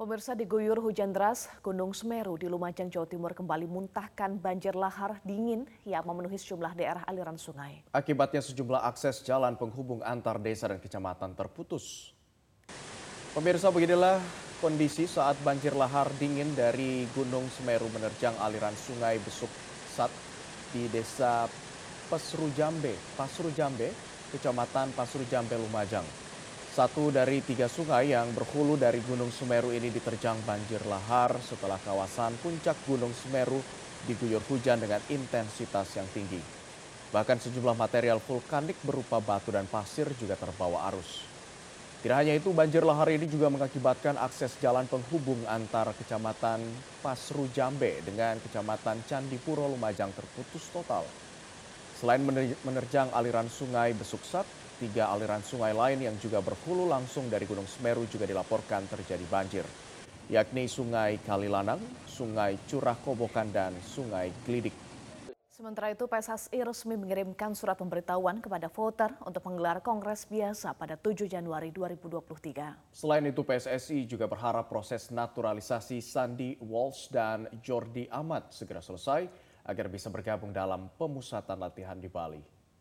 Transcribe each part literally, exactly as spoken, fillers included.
Pemirsa, diguyur hujan deras, Gunung Semeru di Lumajang, Jawa Timur kembali muntahkan banjir lahar dingin yang memenuhi sejumlah daerah aliran sungai. Akibatnya sejumlah akses jalan penghubung antar desa dan kecamatan terputus. Pemirsa, beginilah kondisi saat banjir lahar dingin dari Gunung Semeru menerjang aliran sungai Besuk Sat di desa Pasrujambe, Pasrujambe, kecamatan Pasrujambe, Lumajang. Satu dari tiga sungai yang berhulu dari Gunung Semeru ini diterjang banjir lahar setelah kawasan puncak Gunung Semeru diguyur hujan dengan intensitas yang tinggi. Bahkan sejumlah material vulkanik berupa batu dan pasir juga terbawa arus. Tidak hanya itu, banjir lahar ini juga mengakibatkan akses jalan penghubung antara kecamatan Pasrujambe dengan kecamatan Candipuro, Lumajang terputus total. Selain menerjang aliran sungai Besuksat, tiga aliran sungai lain yang juga berhulu langsung dari Gunung Semeru juga dilaporkan terjadi banjir, yakni Sungai Kalilanang, Sungai Curah Kobokan, dan Sungai Glidik. Sementara itu, P S S I resmi mengirimkan surat pemberitahuan kepada voter untuk menggelar Kongres Biasa pada tujuh Januari dua ribu dua puluh tiga. Selain itu, P S S I juga berharap proses naturalisasi Sandy Walsh dan Jordi Amat segera selesai agar bisa bergabung dalam pemusatan latihan di Bali.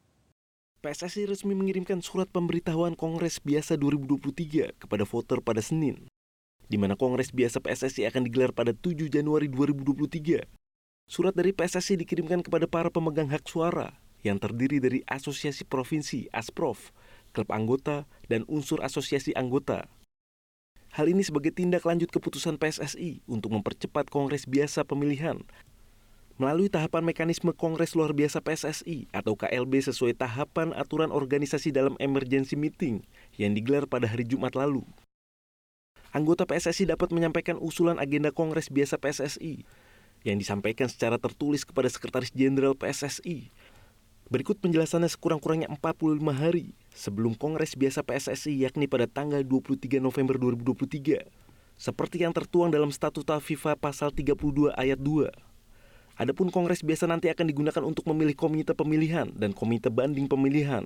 P S S I resmi mengirimkan surat pemberitahuan Kongres Biasa dua ribu dua puluh tiga kepada voter pada Senin, di mana Kongres Biasa P S S I akan digelar pada tujuh Januari dua ribu dua puluh tiga. Surat dari P S S I dikirimkan kepada para pemegang hak suara yang terdiri dari Asosiasi Provinsi Asprof, klub anggota, dan unsur asosiasi anggota. Hal ini sebagai tindak lanjut keputusan P S S I untuk mempercepat Kongres Biasa pemilihan melalui tahapan mekanisme Kongres Luar Biasa P S S I atau K L B sesuai tahapan aturan organisasi dalam emergency meeting yang digelar pada hari Jumat lalu. Anggota P S S I dapat menyampaikan usulan agenda Kongres Biasa P S S I yang disampaikan secara tertulis kepada Sekretaris Jenderal P S S I. Berikut penjelasannya sekurang-kurangnya empat puluh lima hari sebelum Kongres Biasa P S S I, yakni pada tanggal dua puluh tiga November dua ribu dua puluh tiga, seperti yang tertuang dalam Statuta FIFA pasal tiga puluh dua ayat dua. Adapun Kongres Biasa nanti akan digunakan untuk memilih komite pemilihan dan komite banding pemilihan.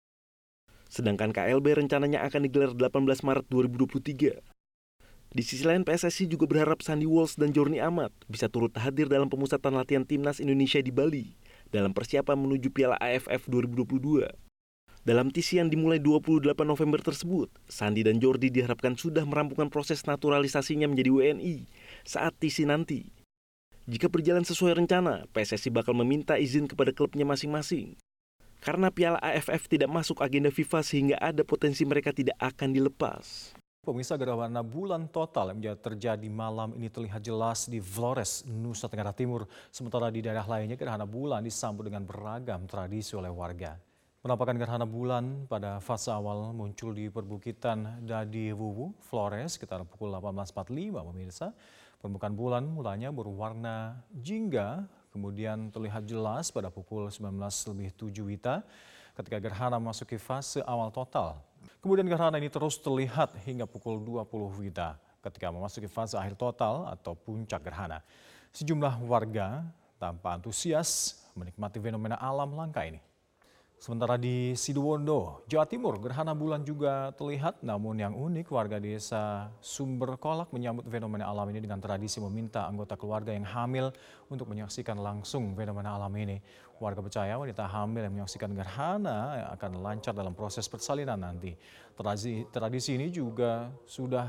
Sedangkan K L B rencananya akan digelar delapan belas Maret dua ribu dua puluh tiga. Di sisi lain, P S S I juga berharap Sandy Walsh dan Jordi Amat bisa turut hadir dalam pemusatan latihan Timnas Indonesia di Bali dalam persiapan menuju Piala A F F dua ribu dua puluh dua. Dalam T C yang dimulai dua puluh delapan November tersebut, Sandy dan Jordi diharapkan sudah merampungkan proses naturalisasinya menjadi W N I saat T C nanti. Jika berjalan sesuai rencana, P S S I bakal meminta izin kepada klubnya masing-masing. Karena Piala A F F tidak masuk agenda FIFA sehingga ada potensi mereka tidak akan dilepas. Pemirsa, gerhana bulan total yang terjadi malam ini terlihat jelas di Flores, Nusa Tenggara Timur. Sementara di daerah lainnya gerhana bulan disambut dengan beragam tradisi oleh warga. Penampakan gerhana bulan pada fase awal muncul di perbukitan Dadiwuwu, Flores, sekitar pukul delapan belas empat puluh lima, pemirsa. Permukaan bulan mulanya berwarna jingga, kemudian terlihat jelas pada pukul sembilan belas lebih tujuh wita ketika gerhana memasuki fase awal total. Kemudian gerhana ini terus terlihat hingga pukul dua puluh wita ketika memasuki fase akhir total atau puncak gerhana. Sejumlah warga tanpa antusias menikmati fenomena alam langka ini. Sementara di Situbondo, Jawa Timur, gerhana bulan juga terlihat, namun yang unik warga desa Sumber Kolak menyambut fenomena alam ini dengan tradisi meminta anggota keluarga yang hamil untuk menyaksikan langsung fenomena alam ini. Warga percaya wanita hamil yang menyaksikan gerhana akan lancar dalam proses persalinan nanti. Tradisi, tradisi ini juga sudah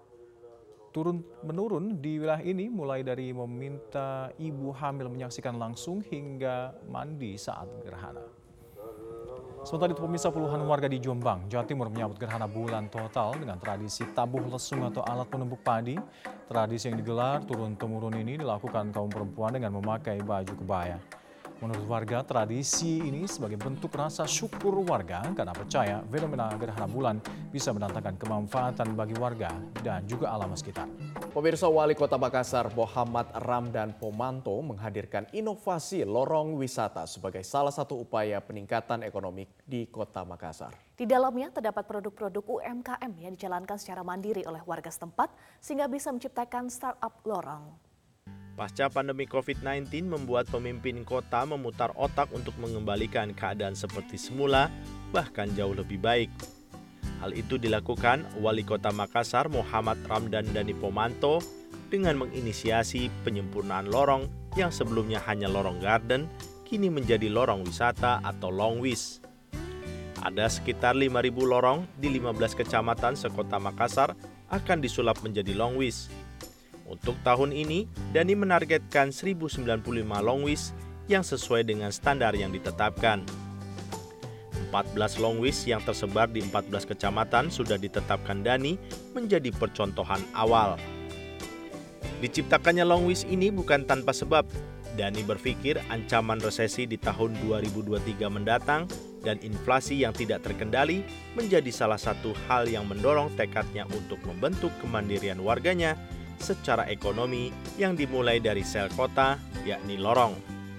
turun menurun di wilayah ini, mulai dari meminta ibu hamil menyaksikan langsung hingga mandi saat gerhana. Sementara itu, pemirsa, puluhan warga di Jombang, Jawa Timur menyambut gerhana bulan total dengan tradisi tabuh lesung atau alat penumbuk padi. Tradisi yang digelar turun-temurun ini dilakukan kaum perempuan dengan memakai baju kebaya. Menurut warga, tradisi ini sebagai bentuk rasa syukur warga karena percaya fenomena gerhana bulan bisa mendatangkan kemanfaatan bagi warga dan juga alam sekitar. Pemirsa, Wali Kota Makassar Muhammad Ramdan Pomanto menghadirkan inovasi lorong wisata sebagai salah satu upaya peningkatan ekonomi di Kota Makassar. Di dalamnya terdapat produk-produk U M K M yang dijalankan secara mandiri oleh warga setempat sehingga bisa menciptakan startup lorong. Pasca pandemi covid sembilan belas membuat pemimpin kota memutar otak untuk mengembalikan keadaan seperti semula, bahkan jauh lebih baik. Hal itu dilakukan Wali Kota Makassar Muhammad Ramdan Dhani Pomanto dengan menginisiasi penyempurnaan lorong yang sebelumnya hanya lorong garden, kini menjadi lorong wisata atau longwis. Ada sekitar lima ribu lorong di lima belas kecamatan sekota Makassar akan disulap menjadi longwis. Untuk tahun ini, Dhani menargetkan seribu sembilan puluh lima longwis yang sesuai dengan standar yang ditetapkan. empat belas longwis yang tersebar di empat belas kecamatan sudah ditetapkan Dhani menjadi percontohan awal. Diciptakannya longwis ini bukan tanpa sebab. Dhani berpikir ancaman resesi di tahun dua ribu dua puluh tiga mendatang dan inflasi yang tidak terkendali menjadi salah satu hal yang mendorong tekadnya untuk membentuk kemandirian warganya secara ekonomi yang dimulai dari sel kota, yakni lorong.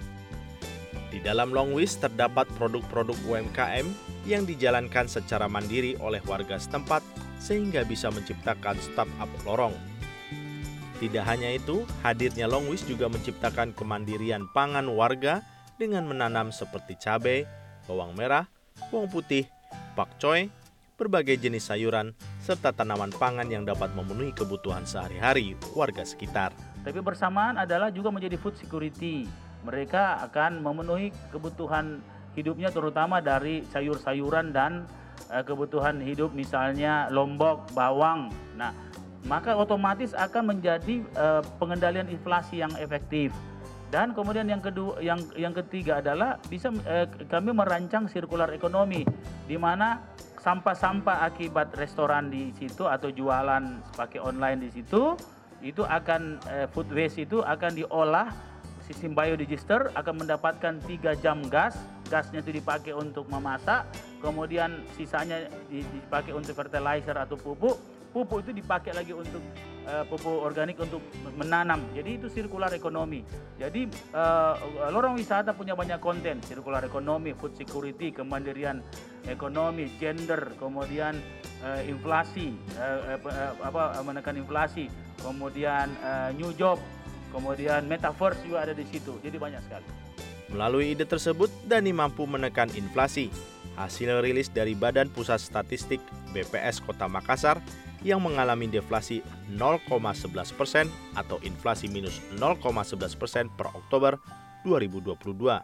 Di dalam longwis terdapat produk-produk U M K M yang dijalankan secara mandiri oleh warga setempat sehingga bisa menciptakan startup lorong. Tidak hanya itu, hadirnya longwis juga menciptakan kemandirian pangan warga dengan menanam seperti cabai, bawang merah, bawang putih, pakcoy, berbagai jenis sayuran, serta tanaman pangan yang dapat memenuhi kebutuhan sehari-hari warga sekitar. Tapi bersamaan adalah juga menjadi food security. Mereka akan memenuhi kebutuhan hidupnya terutama dari sayur-sayuran dan uh, kebutuhan hidup misalnya lombok, bawang. Nah, maka otomatis akan menjadi uh, pengendalian inflasi yang efektif. Dan kemudian yang kedua, yang yang ketiga adalah bisa uh, kami merancang sirkular ekonomi, di mana sampah-sampah akibat restoran di situ atau jualan pakai online di situ, itu akan uh, food waste itu akan diolah. Sistem biodigester akan mendapatkan tiga jam gas, gasnya itu dipakai untuk memasak, kemudian sisanya dipakai untuk fertilizer atau pupuk, pupuk itu dipakai lagi untuk uh, pupuk organik untuk menanam. Jadi itu sirkular ekonomi. Jadi uh, lorong wisata punya banyak konten, sirkular ekonomi, food security, kemandirian ekonomi, gender, kemudian uh, inflasi, uh, uh, apa menekan inflasi, kemudian uh, new job. Kemudian metaverse juga ada di situ, jadi banyak sekali. Melalui ide tersebut, Dhani mampu menekan inflasi. Hasil rilis dari Badan Pusat Statistik B P S Kota Makassar yang mengalami deflasi nol koma sebelas persen atau inflasi minus nol koma sebelas persen per Oktober dua ribu dua puluh dua.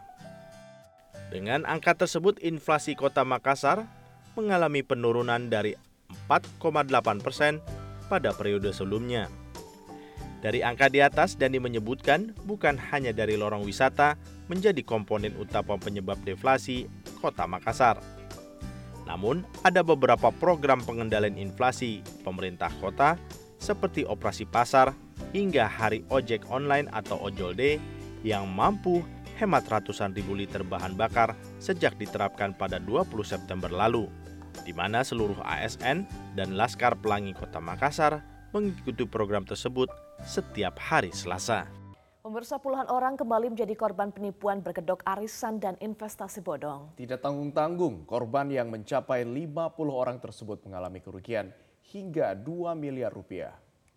Dengan angka tersebut, inflasi Kota Makassar mengalami penurunan dari empat koma delapan persen pada periode sebelumnya. Dari angka di atas, Dhani menyebutkan bukan hanya dari lorong wisata menjadi komponen utama penyebab deflasi Kota Makassar. Namun, ada beberapa program pengendalian inflasi pemerintah kota seperti operasi pasar hingga hari ojek online atau ojol D yang mampu hemat ratusan ribu liter bahan bakar sejak diterapkan pada dua puluh September lalu, di mana seluruh A S N dan Laskar Pelangi Kota Makassar mengikuti program tersebut setiap hari Selasa. Pemirsa, puluhan orang kembali menjadi korban penipuan berkedok arisan dan investasi bodong. Tidak tanggung-tanggung, korban yang mencapai lima puluh orang tersebut mengalami kerugian hingga dua miliar rupiah.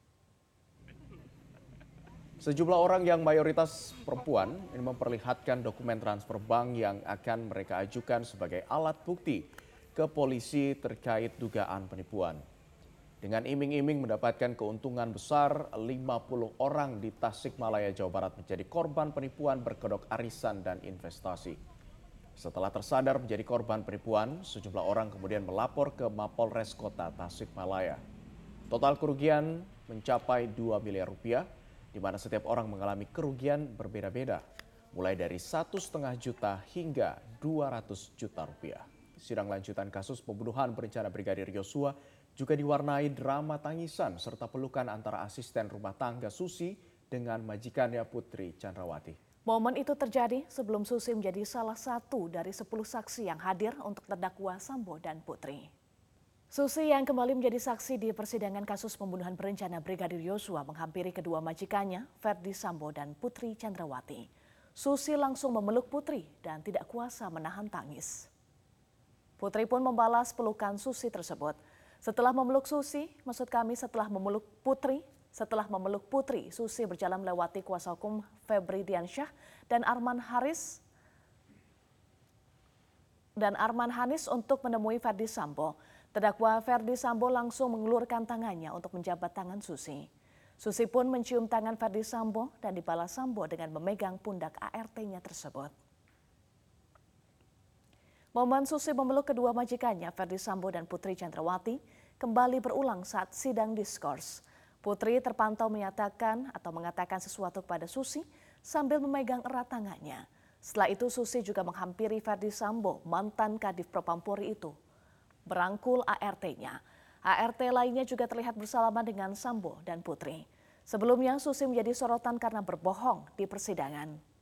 Sejumlah orang yang mayoritas perempuan ini memperlihatkan dokumen transfer bank yang akan mereka ajukan sebagai alat bukti ke polisi terkait dugaan penipuan. Dengan iming-iming mendapatkan keuntungan besar, lima puluh orang di Tasikmalaya, Jawa Barat menjadi korban penipuan berkedok arisan dan investasi. Setelah tersadar menjadi korban penipuan, sejumlah orang kemudian melapor ke Mapolres Kota Tasikmalaya. Total kerugian mencapai dua miliar rupiah, di mana setiap orang mengalami kerugian berbeda-beda, mulai dari satu setengah juta hingga dua ratus juta rupiah. Sidang lanjutan kasus pembunuhan berencana Brigadir Yosua juga diwarnai drama tangisan serta pelukan antara asisten rumah tangga Susi dengan majikannya Putri Chandrawati. Momen itu terjadi sebelum Susi menjadi salah satu dari sepuluh saksi yang hadir untuk terdakwa Sambo dan Putri. Susi yang kembali menjadi saksi di persidangan kasus pembunuhan berencana Brigadir Yosua menghampiri kedua majikannya, Verdi Sambo dan Putri Chandrawati. Susi langsung memeluk Putri dan tidak kuasa menahan tangis. Putri pun membalas pelukan Susi tersebut. Setelah memeluk Susi, maksud kami setelah memeluk Putri, setelah memeluk Putri, Susi berjalan melewati kuasa hukum Febri Diansyah dan Arman Haris dan Arman Hanis untuk menemui Verdi Sambo. Terdakwa Ferdi Sambo langsung mengulurkan tangannya untuk menjabat tangan Susi. Susi pun mencium tangan Ferdi Sambo dan dibalas Sambo dengan memegang pundak A R T-nya tersebut. Momen Susi memeluk kedua majikannya, Ferdi Sambo dan Putri Chandrawati, kembali berulang saat sidang diskors. Putri terpantau menyatakan atau mengatakan sesuatu kepada Susi sambil memegang erat tangannya. Setelah itu Susi juga menghampiri Ferdi Sambo, mantan Kadif Propampori itu, berangkul A R T-nya. A R T lainnya juga terlihat bersalaman dengan Sambo dan Putri. Sebelumnya Susi menjadi sorotan karena berbohong di persidangan.